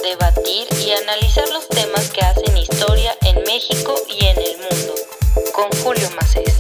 debatir y analizar los temas que hacen historia en México y en el mundo, con Julio Macés.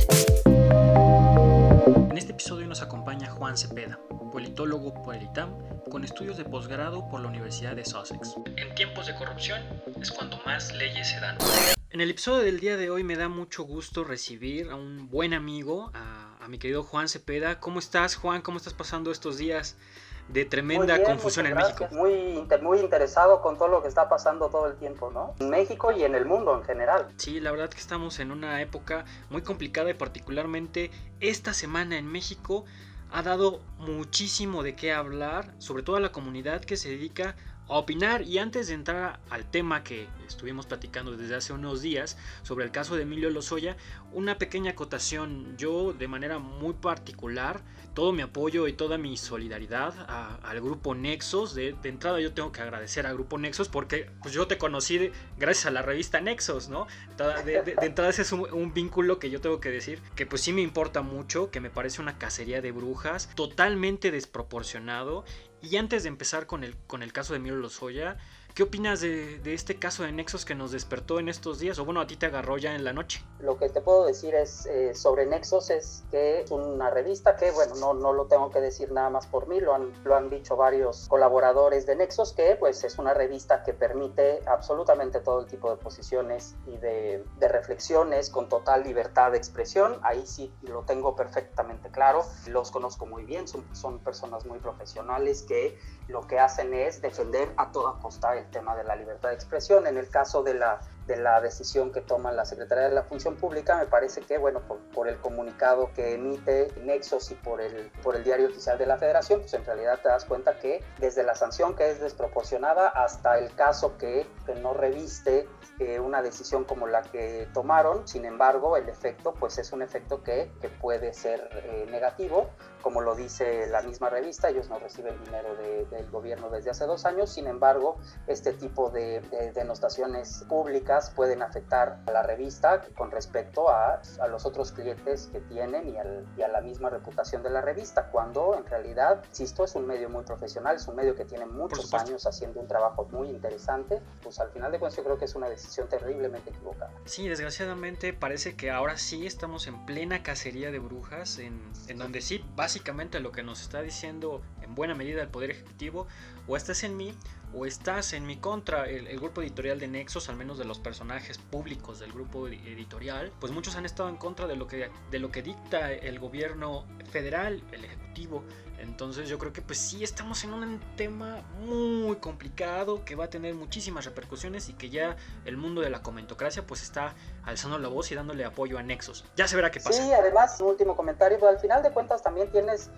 En este episodio nos acompaña Juan Cepeda, politólogo por el ITAM, con estudios de posgrado por la Universidad de Sussex. En tiempos de corrupción es cuando más leyes se dan. En el episodio del día de hoy me da mucho gusto recibir a un buen amigo, a mi querido Juan Cepeda. ¿Cómo estás, Juan? ¿Cómo estás pasando estos días de tremenda confusión en México? Muy interesado con todo lo que está pasando todo el tiempo, ¿no? En México y en el mundo en general. Sí, la verdad que estamos en una época muy complicada y particularmente esta semana en México ha dado muchísimo de qué hablar, sobre todo a la comunidad que se dedica a opinar. Y antes de entrar al tema que estuvimos platicando desde hace unos días sobre el caso de Emilio Lozoya, una pequeña acotación. Yo de manera muy particular, todo mi apoyo y toda mi solidaridad al Grupo Nexos. De entrada yo tengo que agradecer al Grupo Nexos porque pues, yo te conocí gracias a la revista Nexos, ¿no? De entrada ese es un vínculo que yo tengo que decir que pues sí me importa mucho, que me parece una cacería de brujas totalmente desproporcionado. Y antes de empezar con el caso de Emilio Lozoya, ¿qué opinas de este caso de Nexos que nos despertó en estos días? O bueno, a ti te agarró ya en la noche. Lo que te puedo decir es sobre Nexos es que es una revista que, bueno, no lo tengo que decir nada más por mí, lo han dicho varios colaboradores de Nexos, que pues es una revista que permite absolutamente todo el tipo de posiciones y de reflexiones con total libertad de expresión. Ahí sí lo tengo perfectamente claro, los conozco muy bien, son personas muy profesionales que lo que hacen es defender a toda costa el tema de la libertad de expresión. En el caso de la decisión que toma la Secretaría de la Función Pública, me parece que, bueno, por el comunicado que emite Nexos y por el Diario Oficial de la Federación, pues en realidad te das cuenta que desde la sanción que es desproporcionada hasta el caso que no reviste una decisión como la que tomaron. Sin embargo, el efecto pues es un efecto que puede ser negativo, como lo dice la misma revista. Ellos no reciben dinero del gobierno desde hace 2 años. Sin embargo, este tipo de denostaciones públicas pueden afectar a la revista con respecto a los otros clientes que tienen y a la misma reputación de la revista, cuando en realidad, insisto, es un medio muy profesional, es un medio que tiene muchos años haciendo un trabajo muy interesante. Pues al final de cuentas yo creo que es una decisión terriblemente equivocada. Sí, desgraciadamente parece que ahora sí estamos en plena cacería de brujas, en donde sí, básicamente lo que nos está diciendo en buena medida el Poder Ejecutivo, o estás en mí o estás en mi contra. El grupo editorial de Nexos, al menos de los personajes públicos del grupo editorial, pues muchos han estado en contra de lo que dicta el gobierno federal, el ejecutivo. Entonces yo creo que pues sí estamos en un tema muy complicado que va a tener muchísimas repercusiones y que ya el mundo de la comentocracia pues está alzando la voz y dándole apoyo a Nexos. Ya se verá qué pasa. Sí, además, un último comentario, pues al final de cuentas también tienes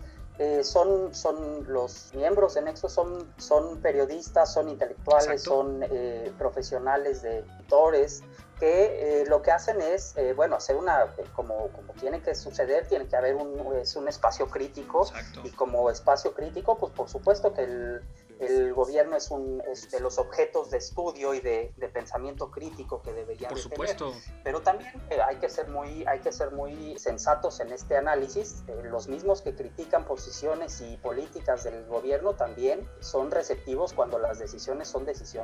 son los miembros de Nexos son periodistas, son intelectuales. Exacto. Son profesionales de editores que lo que hacen es hacer como tiene que suceder, tiene que haber un espacio crítico. Exacto. Y como espacio crítico, pues por supuesto que el gobierno es de los objetos de estudio y de pensamiento crítico que deberían de tener. Pero también hay que ser muy sensatos en este análisis. Los mismos que critican posiciones y políticas del gobierno también son receptivos cuando las decisiones son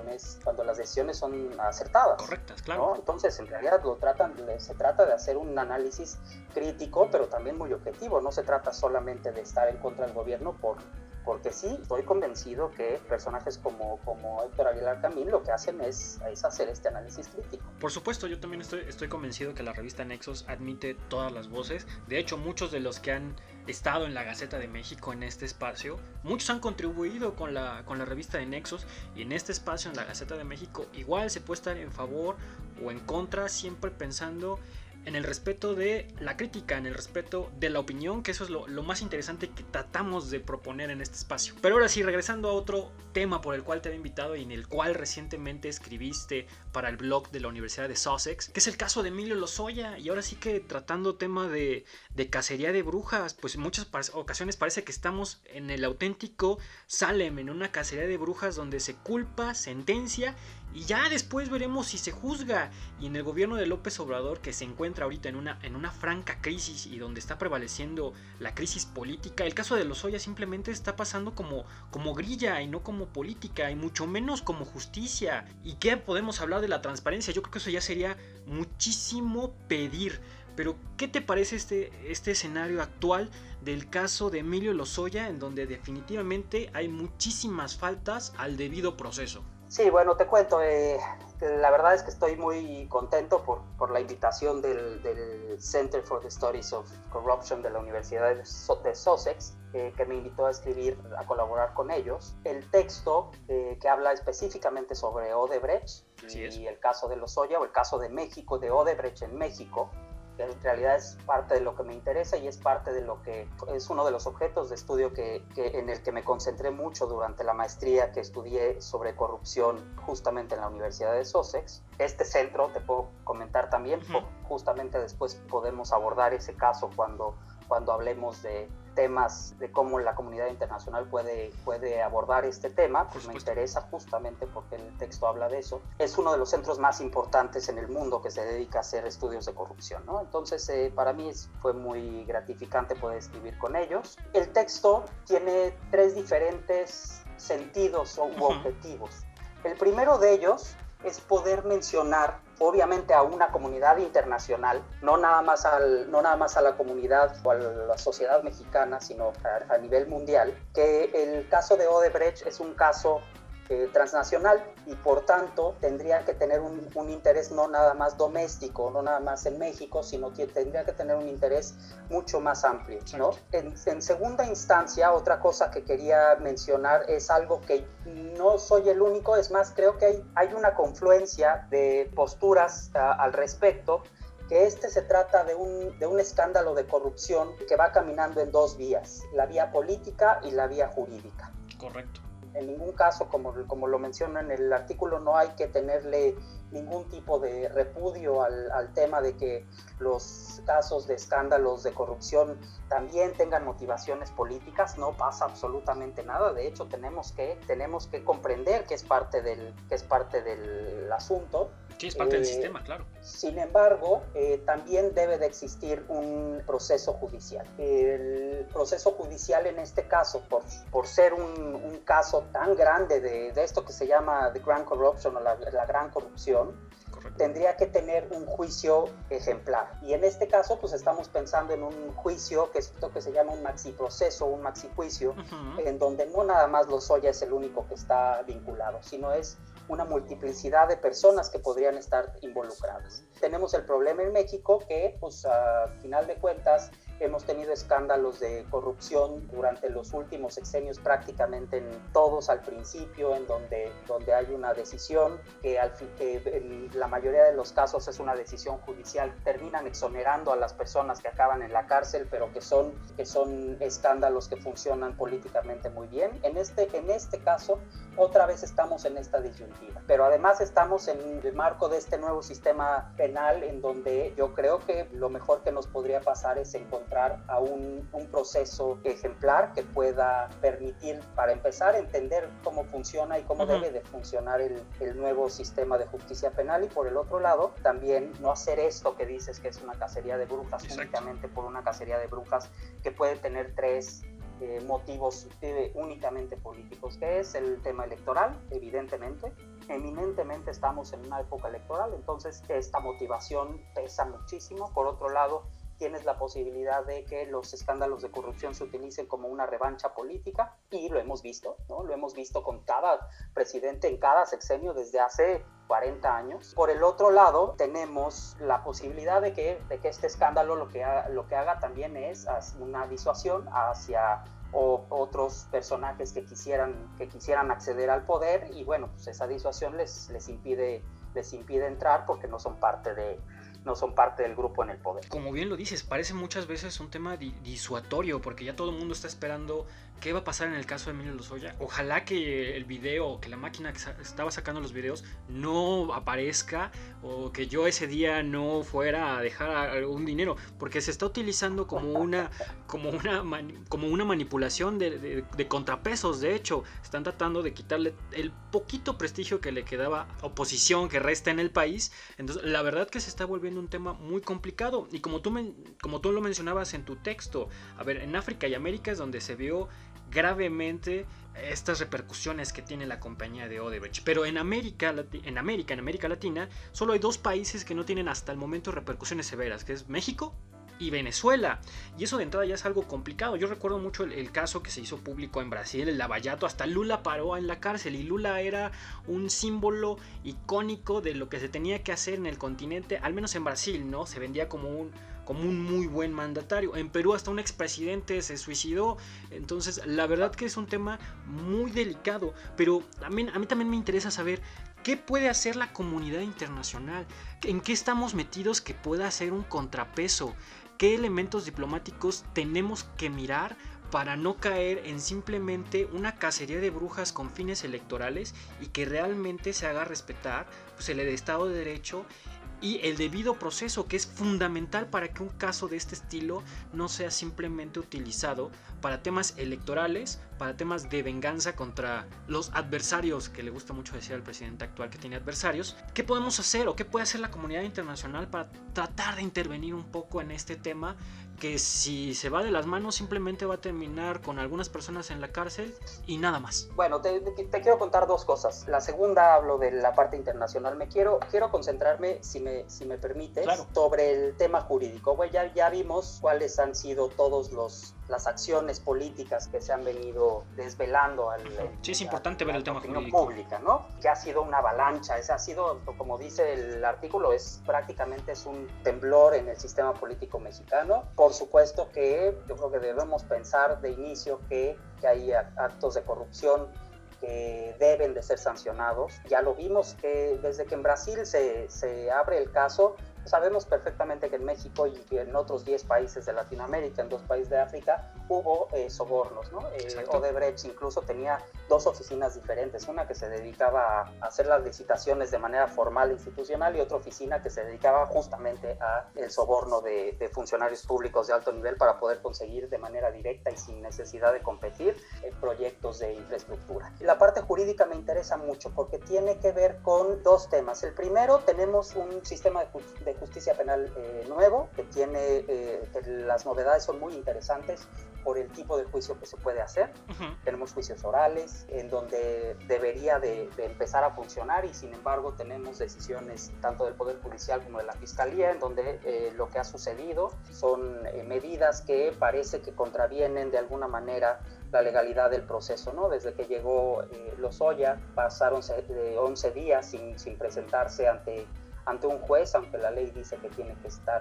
acertadas. Correctas, claro. ¿No? Entonces, en realidad se trata de hacer un análisis crítico, pero también muy objetivo. No se trata solamente de estar en contra del gobierno porque sí, estoy convencido que personajes como Héctor Aguilar Camín lo que hacen es hacer este análisis crítico. Por supuesto, yo también estoy convencido que la revista Nexos admite todas las voces. De hecho, muchos de los que han estado en la Gaceta de México en este espacio, muchos han contribuido con la revista de Nexos, y en este espacio, en la Gaceta de México, igual se puede estar en favor o en contra, siempre pensando en el respeto de la crítica, en el respeto de la opinión, que eso es lo más interesante que tratamos de proponer en este espacio. Pero ahora sí, regresando a otro tema por el cual te había invitado y en el cual recientemente escribiste para el blog de la Universidad de Sussex, que es el caso de Emilio Lozoya. Y ahora sí que tratando tema de cacería de brujas, pues en muchas ocasiones parece que estamos en el auténtico Salem, en una cacería de brujas donde se culpa, sentencia y ya después veremos si se juzga. Y en el gobierno de López Obrador, que se encuentra ahorita en una franca crisis y donde está prevaleciendo la crisis política, el caso de Lozoya simplemente está pasando como grilla y no como política, y mucho menos como justicia. ¿Y qué podemos hablar de la transparencia? Yo creo que eso ya sería muchísimo pedir. Pero, ¿qué te parece este escenario actual del caso de Emilio Lozoya, en donde definitivamente hay muchísimas faltas al debido proceso? Sí, bueno, te cuento, la verdad es que estoy muy contento por la invitación del Center for the Studies of Corruption de la Universidad de Sussex, que me invitó a colaborar con ellos. El texto que habla específicamente sobre Odebrecht y el caso de Lozoya, o el caso de México, de Odebrecht en México, que en realidad es parte de lo que me interesa y es parte de lo que es uno de los objetos de estudio en el que me concentré mucho durante la maestría que estudié sobre corrupción justamente en la Universidad de Sussex. Este centro, te puedo comentar también, justamente después podemos abordar ese caso cuando hablemos de temas de cómo la comunidad internacional puede abordar este tema, pues me interesa justamente porque el texto habla de eso. Es uno de los centros más importantes en el mundo que se dedica a hacer estudios de corrupción, ¿no? Entonces, para mí fue muy gratificante poder escribir con ellos. El texto tiene 3 diferentes sentidos u objetivos. El primero de ellos es poder mencionar, obviamente, a una comunidad internacional, no nada más a la comunidad o a la sociedad mexicana, sino a nivel mundial, que el caso de Odebrecht es un caso transnacional y por tanto tendría que tener un interés no nada más doméstico, no nada más en México, sino que tendría que tener un interés mucho más amplio, ¿no? En segunda instancia, otra cosa que quería mencionar es algo que no soy el único, es más, creo que hay una confluencia de posturas al respecto, que se trata de un escándalo de corrupción que va caminando en 2 vías, la vía política y la vía jurídica. Correcto. En ningún caso, como lo menciona en el artículo, no hay que tenerle ningún tipo de repudio al tema de que los casos de escándalos de corrupción también tengan motivaciones políticas. No pasa absolutamente nada. De hecho, tenemos que comprender que es parte del asunto. Sí, es parte del sistema, claro. Sin embargo, también debe de existir un proceso judicial. El proceso judicial en este caso, por ser un caso tan grande de esto que se llama The Grand Corruption o la gran corrupción, tendría que tener un juicio ejemplar. Y en este caso, pues estamos pensando en un juicio que es lo que se llama un maxiproceso, un maxijuicio, en donde no nada más Lozoya es el único que está vinculado, sino es una multiplicidad de personas que podrían estar involucradas. Tenemos el problema en México que, pues a final de cuentas, hemos tenido escándalos de corrupción durante los últimos sexenios, prácticamente en todos al principio, en donde hay una decisión que en la mayoría de los casos es una decisión judicial, terminan exonerando a las personas que acaban en la cárcel, pero que son escándalos que funcionan políticamente muy bien. En este caso, otra vez estamos en esta disyuntiva, pero además estamos en el marco de este nuevo sistema penal, en donde yo creo que lo mejor que nos podría pasar es encontrar a un proceso ejemplar que pueda permitir, para empezar, entender cómo funciona y cómo debe de funcionar el nuevo sistema de justicia penal, y por el otro lado también no hacer esto que dices que es una cacería de brujas. Exacto. Únicamente por una cacería de brujas que puede tener 3 motivos únicamente políticos, que es el tema electoral, evidentemente. Eminentemente estamos en una época electoral, entonces esta motivación pesa muchísimo. Por otro lado, tienes la posibilidad de que los escándalos de corrupción se utilicen como una revancha política, y lo hemos visto, ¿no? Lo hemos visto con cada presidente en cada sexenio desde hace 40 años. Por el otro lado, tenemos la posibilidad de que este escándalo lo que haga también es una disuasión hacia otros personajes que quisieran acceder al poder, y bueno, pues esa disuasión les impide entrar porque no son parte del grupo en el poder. Como bien lo dices, parece muchas veces un tema disuatorio, porque ya todo el mundo está esperando ¿qué va a pasar en el caso de Emilio Lozoya? Ojalá que el video, que la máquina que estaba sacando los videos no aparezca, o que yo ese día no fuera a dejar algún dinero, porque se está utilizando como una manipulación de contrapesos. De hecho, están tratando de quitarle el poquito prestigio que le quedaba, oposición que resta en el país. Entonces, la verdad que se está volviendo un tema muy complicado, y como tú lo mencionabas en tu texto, a ver, en África y América es donde se vio gravemente estas repercusiones que tiene la compañía de Odebrecht, pero en América Latina, solo hay 2 países que no tienen hasta el momento repercusiones severas, que es México y Venezuela, y eso de entrada ya es algo complicado. Yo recuerdo mucho el caso que se hizo público en Brasil, el Lava Jato. Hasta Lula paró en la cárcel, y Lula era un símbolo icónico de lo que se tenía que hacer en el continente, al menos en Brasil, ¿no? Se vendía como un muy buen mandatario. En Perú hasta un expresidente se suicidó. Entonces la verdad que es un tema muy delicado, pero a mí también me interesa saber ¿qué puede hacer la comunidad internacional? ¿En qué estamos metidos que pueda hacer un contrapeso? ¿Qué elementos diplomáticos tenemos que mirar para no caer en simplemente una cacería de brujas con fines electorales, y que realmente se haga respetar pues, el Estado de Derecho y el debido proceso, que es fundamental para que un caso de este estilo no sea simplemente utilizado para temas electorales, para temas de venganza contra los adversarios, que le gusta mucho decir al presidente actual que tiene adversarios? ¿Qué podemos hacer o qué puede hacer la comunidad internacional para tratar de intervenir un poco en este tema, que si se va de las manos simplemente va a terminar con algunas personas en la cárcel y nada más? Bueno, te quiero contar 2 cosas. La segunda, hablo de la parte internacional. Quiero concentrarme, si me permites, claro, sobre el tema jurídico. Bueno, ya vimos cuáles han sido todas las acciones políticas que se han venido desvelando sí, es importante ver el tema opinión jurídico pública, ¿no? Que ha sido una avalancha. Ese ha sido, como dice el artículo, prácticamente es un temblor en el sistema político mexicano. Por supuesto que yo creo que debemos pensar de inicio que hay actos de corrupción que deben de ser sancionados. Ya lo vimos que desde que en Brasil se abre el caso, sabemos perfectamente que en México y en otros 10 países de Latinoamérica, en 2 países de África, hubo sobornos, ¿no? Odebrecht incluso tenía 2 oficinas diferentes, una que se dedicaba a hacer las licitaciones de manera formal e institucional, y otra oficina que se dedicaba justamente a el soborno de funcionarios públicos de alto nivel para poder conseguir de manera directa y sin necesidad de competir proyectos de infraestructura. Y la parte jurídica me interesa mucho porque tiene que ver con 2 temas. El primero, tenemos un sistema de justicia penal nuevo, que que las novedades son muy interesantes por el tipo de juicio que se puede hacer. Tenemos juicios orales en donde debería de empezar a funcionar, y sin embargo tenemos decisiones tanto del Poder Judicial como de la Fiscalía en donde lo que ha sucedido son medidas que parece que contravienen de alguna manera la legalidad del proceso, ¿no? Desde que llegó Lozoya pasaron 11 días sin presentarse ante un juez, aunque la ley dice que tiene que estar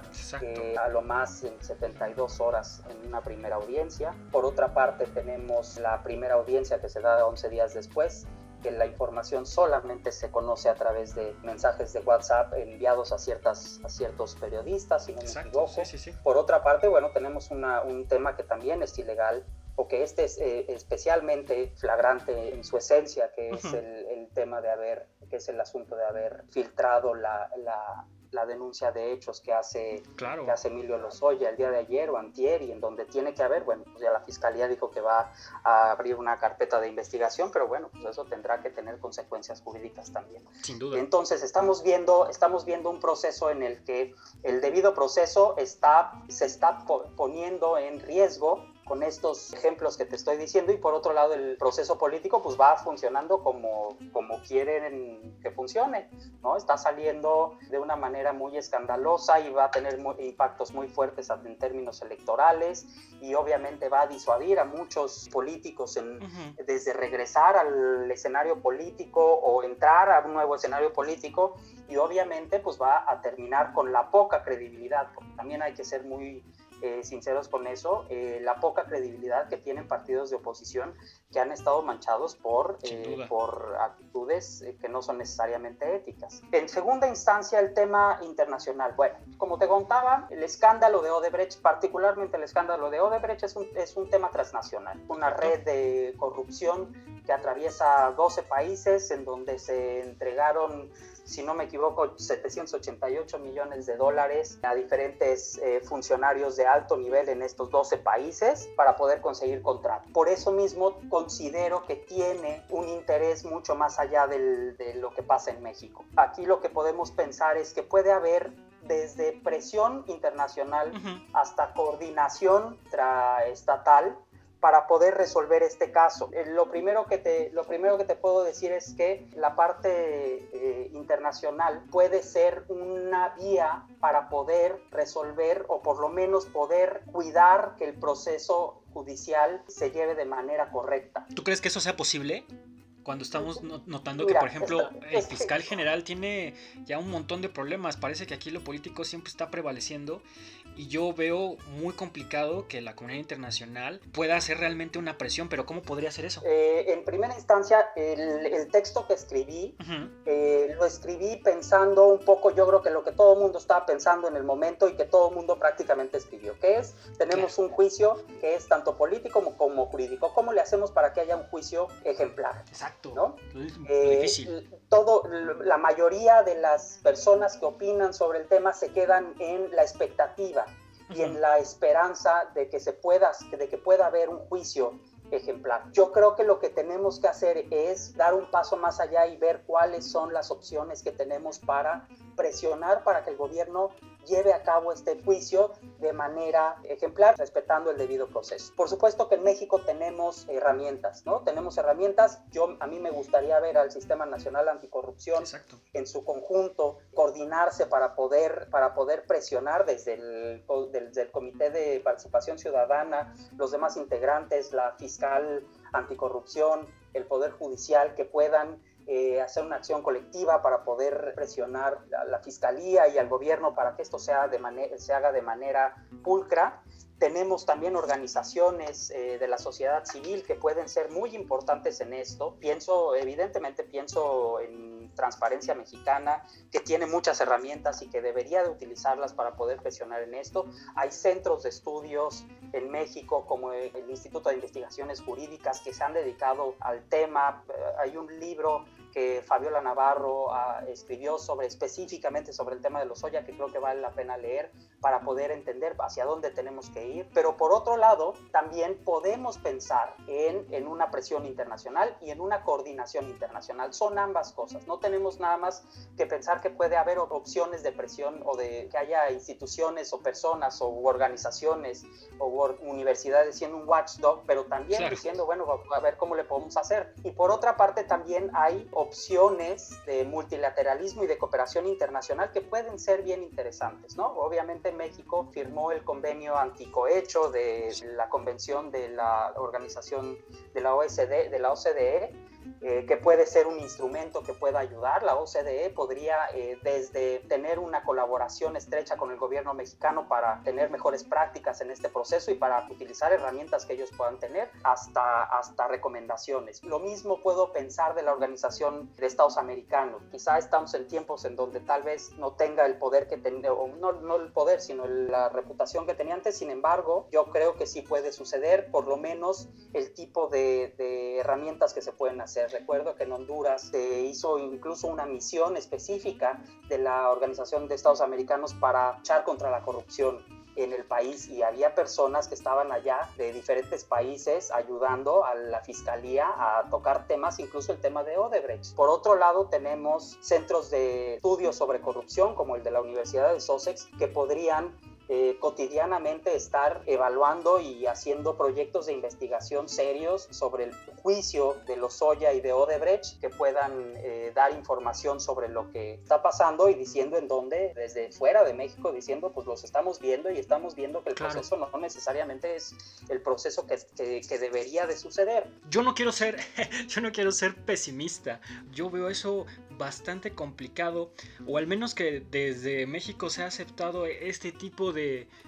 a lo más en 72 horas en una primera audiencia. Por otra parte, tenemos la primera audiencia que se da 11 días después, que la información solamente se conoce a través de mensajes de WhatsApp enviados a ciertos periodistas, si no me equivoco. Sí. Por otra parte, bueno, tenemos un tema que también es ilegal, o que es especialmente flagrante en su esencia, que es el tema que es el asunto de haber filtrado la denuncia de hechos que hace Emilio Lozoya el día de ayer o antier, y en donde tiene que haber, bueno, pues ya la Fiscalía dijo que va a abrir una carpeta de investigación, pero bueno, pues eso tendrá que tener consecuencias jurídicas también. Sin duda. Entonces estamos viendo un proceso en el que el debido proceso se está poniendo en riesgo con estos ejemplos que te estoy diciendo, y por otro lado el proceso político pues va funcionando como quieren que funcione, ¿no? Está saliendo de una manera muy escandalosa y va a tener impactos muy fuertes en términos electorales, y obviamente va a disuadir a muchos políticos desde regresar al escenario político o entrar a un nuevo escenario político, y obviamente pues va a terminar con la poca credibilidad, porque también hay que ser muy sinceros con eso, la poca credibilidad que tienen partidos de oposición que han estado manchados por actitudes que no son necesariamente éticas. En segunda instancia, el tema internacional. Bueno, como te contaba, el escándalo de Odebrecht, particularmente el escándalo de Odebrecht, es un tema transnacional, una red de corrupción que atraviesa 12 países en donde se entregaron, si no me equivoco, 788 millones de dólares a diferentes funcionarios de alto nivel en estos 12 países para poder conseguir contratos. Por eso mismo considero que tiene un interés mucho más allá de lo que pasa en México. Aquí lo que podemos pensar es que puede haber desde presión internacional hasta coordinación estatal para poder resolver este caso. Lo primero que te puedo decir es que la parte internacional puede ser una vía para poder resolver o por lo menos poder cuidar que el proceso judicial se lleve de manera correcta. ¿Tú crees que eso sea posible? Cuando estamos notando que, por ejemplo, el fiscal general tiene ya un montón de problemas. Parece que aquí lo político siempre está prevaleciendo y yo veo muy complicado que la comunidad internacional pueda hacer realmente una presión, pero ¿cómo podría hacer eso? En primera instancia, el texto que escribí, lo escribí pensando un poco, yo creo que lo que todo el mundo estaba pensando en el momento y que todo el mundo prácticamente escribió, que es, tenemos un juicio que es tanto político como jurídico. ¿Cómo le hacemos para que haya un juicio ejemplar? Exacto. ¿No? Difícil. La mayoría de las personas que opinan sobre el tema se quedan en la expectativa y en la esperanza de que pueda haber un juicio ejemplar. Yo creo que lo que tenemos que hacer es dar un paso más allá y ver cuáles son las opciones que tenemos para presionar para que el gobierno lleve a cabo este juicio de manera ejemplar, respetando el debido proceso. Por supuesto que en México tenemos herramientas, ¿no? Tenemos herramientas. A mí me gustaría ver al Sistema Nacional Anticorrupción Exacto. En su conjunto, coordinarse para poder presionar desde el Comité de Participación Ciudadana, los demás integrantes, la fiscal anticorrupción, el Poder Judicial, que puedan hacer una acción colectiva para poder presionar a la Fiscalía y al gobierno para que esto se haga de manera pulcra. Tenemos también organizaciones de la sociedad civil que pueden ser muy importantes en esto. Evidentemente pienso en Transparencia Mexicana, que tiene muchas herramientas y que debería de utilizarlas para poder presionar en esto. Hay centros de estudios en México como el Instituto de Investigaciones Jurídicas que se han dedicado al tema. Hay un libro que Fabiola Navarro escribió específicamente sobre el tema de Lozoya, que creo que vale la pena leer para poder entender hacia dónde tenemos que ir. Pero por otro lado, también podemos pensar en una presión internacional y en una coordinación internacional. Son ambas cosas. No tenemos nada más que pensar que puede haber opciones de presión o de que haya instituciones o personas o organizaciones o universidades siendo un watchdog, pero también diciendo, bueno, a ver cómo le podemos hacer. Y por otra parte, también hay opciones de multilateralismo y de cooperación internacional que pueden ser bien interesantes, ¿no? Obviamente México firmó el convenio anticohecho de la convención de la organización de la OCDE, que puede ser un instrumento que pueda ayudar. La OCDE podría desde tener una colaboración estrecha con el gobierno mexicano para tener mejores prácticas en este proceso y para utilizar herramientas que ellos puedan tener, hasta recomendaciones. Lo mismo puedo pensar de la Organización de Estados Americanos. Quizá estamos en tiempos en donde tal vez no tenga el poder que tenía, o no el poder, sino la reputación que tenía antes. Sin embargo, yo creo que sí puede suceder, por lo menos el tipo de herramientas que se pueden hacer. Recuerdo que en Honduras se hizo incluso una misión específica de la Organización de Estados Americanos para luchar contra la corrupción en el país, y había personas que estaban allá de diferentes países ayudando a la fiscalía a tocar temas, incluso el tema de Odebrecht. Por otro lado, tenemos centros de estudios sobre corrupción como el de la Universidad de Sussex, que podrían cotidianamente estar evaluando y haciendo proyectos de investigación serios sobre el juicio de Lozoya y de Odebrecht, que puedan dar información sobre lo que está pasando y diciendo en dónde, desde fuera de México, diciendo pues los estamos viendo y estamos viendo que el proceso no necesariamente es el proceso que debería de suceder. Yo no quiero ser pesimista. Yo veo eso bastante complicado, o al menos que desde México se ha aceptado este tipo de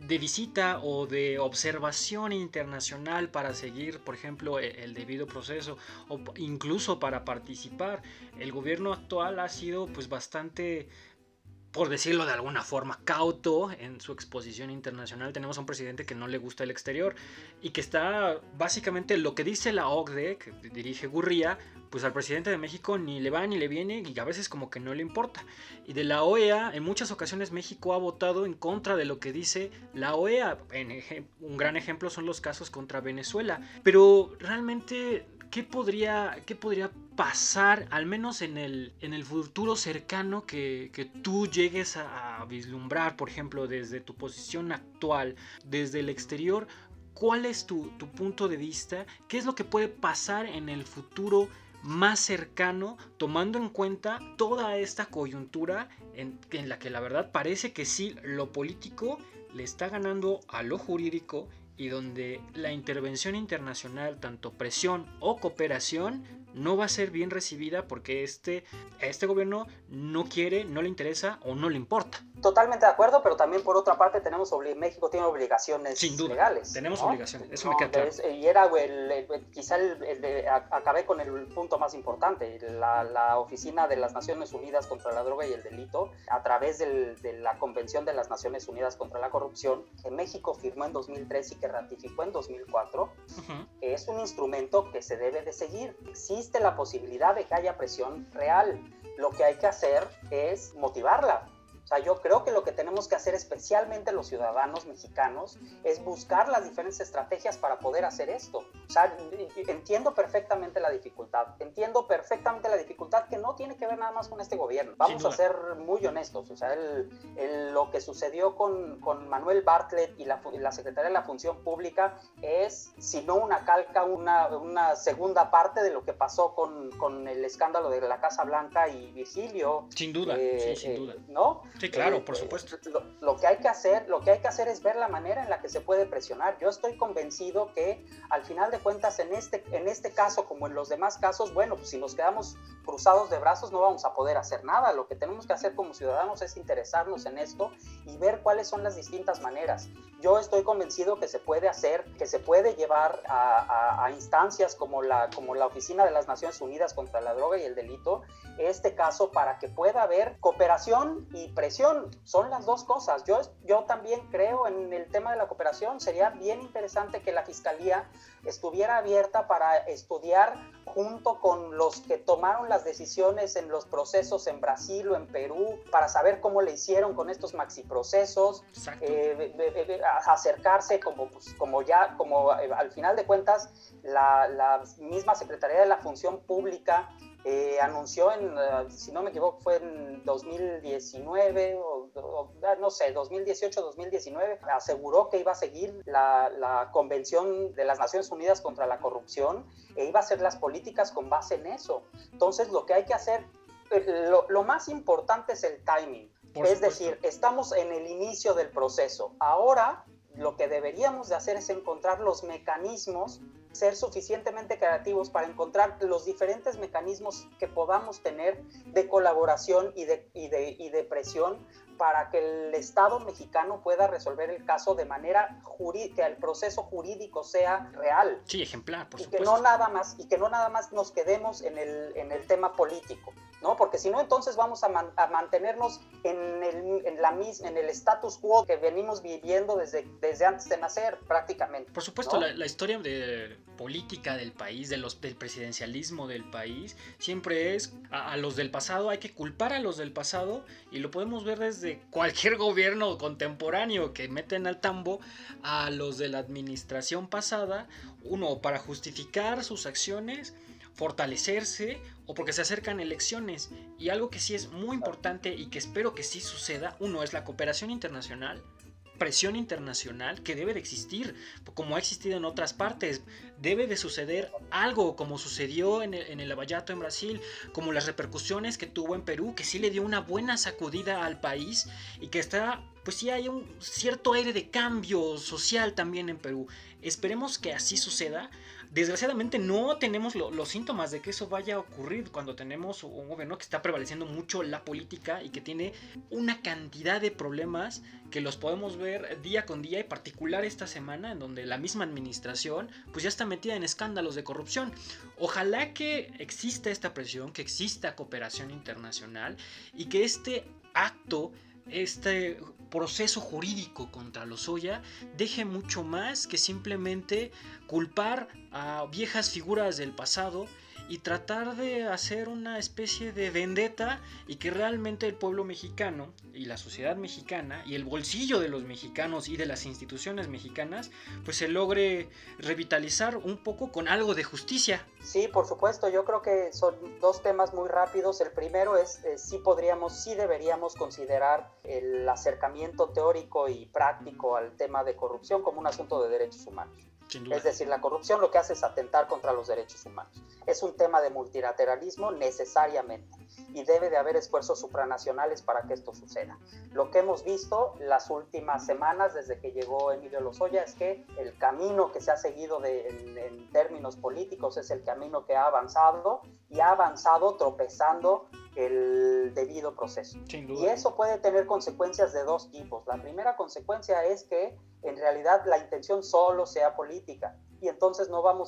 de visita o de observación internacional para seguir, por ejemplo, el debido proceso o incluso para participar. El gobierno actual ha sido pues bastante, por decirlo de alguna forma, cauto en su exposición internacional. Tenemos a un presidente que no le gusta el exterior y que está básicamente lo que dice la OCDE, que dirige Gurría, pues al presidente de México ni le va ni le viene y a veces como que no le importa. Y de la OEA, en muchas ocasiones México ha votado en contra de lo que dice la OEA. Un gran ejemplo son los casos contra Venezuela. Pero realmente, ¿qué podría pasar, al menos en el futuro cercano, que tú llegues a vislumbrar, por ejemplo, desde tu posición actual, desde el exterior? ¿Cuál es tu punto de vista? ¿Qué es lo que puede pasar en el futuro más cercano, tomando en cuenta toda esta coyuntura en la que la verdad parece que sí, lo político le está ganando a lo jurídico, y donde la intervención internacional, tanto presión o cooperación, no va a ser bien recibida porque este gobierno no quiere, no le interesa o no le importa? Totalmente de acuerdo, pero también por otra parte México tiene obligaciones Sin duda, legales. tenemos ¿no? obligaciones, eso me queda claro. Y era quizá acabé con el punto más importante. La Oficina de las Naciones Unidas contra la Droga y el Delito, a través de la Convención de las Naciones Unidas contra la Corrupción, que México firmó en 2003 y que ratificó en 2004, que es un instrumento que se debe de seguir. Existe la posibilidad de que haya presión real. Lo que hay que hacer es motivarla. O sea, yo creo que lo que tenemos que hacer, especialmente los ciudadanos mexicanos, es buscar las diferentes estrategias para poder hacer esto. O sea, entiendo perfectamente la dificultad que no tiene que ver nada más con este gobierno. Vamos a ser muy honestos. O sea, lo que sucedió con Manuel Bartlett y la Secretaría de la Función Pública es, si no una calca, una segunda parte de lo que pasó con el escándalo de la Casa Blanca y Virgilio. Sin duda, sin duda. ¿No? Sí, claro, por supuesto. Lo que hay que hacer es ver la manera en la que se puede presionar. Yo estoy convencido que al final de cuentas en este caso, como en los demás casos, bueno, pues si nos quedamos cruzados de brazos no vamos a poder hacer nada. Lo que tenemos que hacer como ciudadanos es interesarnos en esto y ver cuáles son las distintas maneras. Yo estoy convencido que se puede hacer, que se puede llevar a instancias como la Oficina de las Naciones Unidas contra la Droga y el Delito, este caso, para que pueda haber cooperación y presión. Son las dos cosas. Yo también creo en el tema de la cooperación. Sería bien interesante que la Fiscalía estuviera abierta para estudiar junto con los que tomaron las decisiones en los procesos en Brasil o en Perú, para saber cómo le hicieron con estos maxiprocesos, acercarse como al final de cuentas la misma Secretaría de la Función Pública anunció si no me equivoco fue en 2019 no sé, 2018, 2019, aseguró que iba a seguir la Convención de las Naciones Unidas contra la Corrupción e iba a hacer las políticas con base en eso. Entonces lo que hay que hacer, lo más importante es el timing. Es decir, estamos en el inicio del proceso. Ahora lo que deberíamos de hacer es encontrar los mecanismos, ser suficientemente creativos para encontrar los diferentes mecanismos que podamos tener de colaboración y de presión para que el Estado mexicano pueda resolver el caso de manera que el proceso jurídico sea real. Sí, ejemplar, por supuesto. Y que no nada más nos quedemos en el tema político, ¿no? Porque si no, entonces vamos a mantenernos en el status quo que venimos viviendo desde antes de nacer, prácticamente. Por supuesto, ¿no? la historia de política del país, del presidencialismo del país, siempre es a los del pasado, hay que culpar a los del pasado, y lo podemos ver desde cualquier gobierno contemporáneo que meten al tambo a los de la administración pasada, uno para justificar sus acciones, fortalecerse o porque se acercan elecciones. Y algo que sí es muy importante y que espero que sí suceda, uno es la cooperación internacional, presión internacional que debe de existir, como ha existido en otras partes. Debe de suceder algo como sucedió en el Lavallato en Brasil, como las repercusiones que tuvo en Perú, que sí le dio una buena sacudida al país y que está pues sí haya un cierto aire de cambio social también en Perú. Esperemos que así suceda. Desgraciadamente no tenemos los síntomas de que eso vaya a ocurrir cuando tenemos un gobierno que está prevaleciendo mucho la política y que tiene una cantidad de problemas que los podemos ver día con día, y particular esta semana en donde la misma administración pues ya está metida en escándalos de corrupción. Ojalá que exista esta presión, que exista cooperación internacional y que este acto, este proceso jurídico contra Lozoya deje mucho más que simplemente culpar a viejas figuras del pasado y tratar de hacer una especie de vendetta, y que realmente el pueblo mexicano y la sociedad mexicana y el bolsillo de los mexicanos y de las instituciones mexicanas pues se logre revitalizar un poco con algo de justicia. Sí, por supuesto, yo creo que son dos temas muy rápidos. El primero es sí deberíamos considerar el acercamiento teórico y práctico al tema de corrupción como un asunto de derechos humanos. Es decir, la corrupción lo que hace es atentar contra los derechos humanos. Es un tema de multilateralismo necesariamente, y debe de haber esfuerzos supranacionales para que esto suceda. Lo que hemos visto las últimas semanas desde que llegó Emilio Lozoya es que el camino que se ha seguido en términos políticos es el camino que ha avanzado, y ha avanzado tropezando el debido proceso. Y eso puede tener consecuencias de dos tipos. La primera consecuencia es que en realidad la intención solo sea política, y entonces no vamos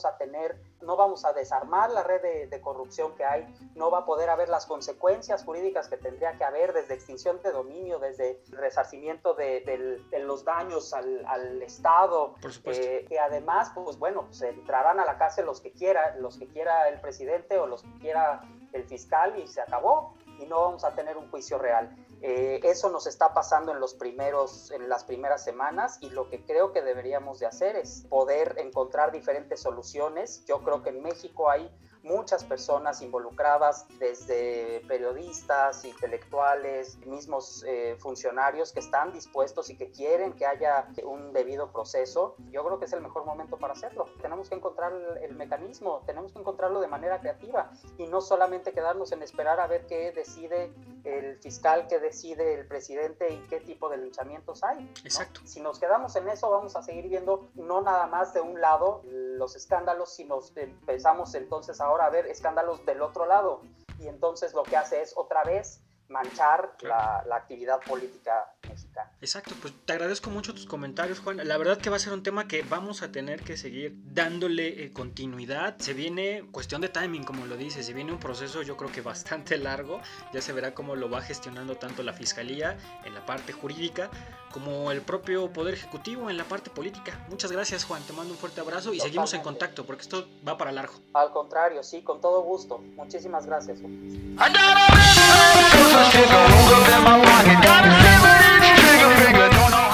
a desarmar la red de corrupción que hay, no va a poder haber las consecuencias jurídicas que tendría que haber, desde extinción de dominio, desde resarcimiento de los daños al Estado, que además, pues bueno, pues entrarán a la cárcel los que quiera el presidente o los que quiera el fiscal, y se acabó, y no vamos a tener un juicio real. Eso nos está pasando en las primeras semanas, y lo que creo que deberíamos de hacer es poder encontrar diferentes soluciones. Yo creo que en México hay muchas personas involucradas, desde periodistas, intelectuales, mismos funcionarios que están dispuestos y que quieren que haya un debido proceso. Yo creo que es el mejor momento para hacerlo. Tenemos que encontrar el mecanismo, tenemos que encontrarlo de manera creativa, y no solamente quedarnos en esperar a ver qué decide el fiscal, qué decide el presidente y qué tipo de linchamientos hay, ¿no? Exacto. Si nos quedamos en eso, vamos a seguir viendo no nada más de un lado los escándalos, sino empezamos entonces ahora a ver escándalos del otro lado, y entonces lo que hace es otra vez manchar la actividad política mexicana. Exacto, pues te agradezco mucho tus comentarios, Juan. La verdad que va a ser un tema que vamos a tener que seguir dándole continuidad. Se viene cuestión de timing, como lo dices, se viene un proceso yo creo que bastante largo. Ya se verá cómo lo va gestionando tanto la Fiscalía en la parte jurídica como el propio Poder Ejecutivo en la parte política. Muchas gracias, Juan, te mando un fuerte abrazo y seguimos en contacto porque esto va para largo. Al contrario, sí, con todo gusto. Muchísimas gracias.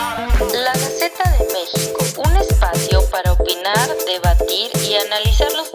La Gaceta de México, un espacio para opinar, debatir y analizar los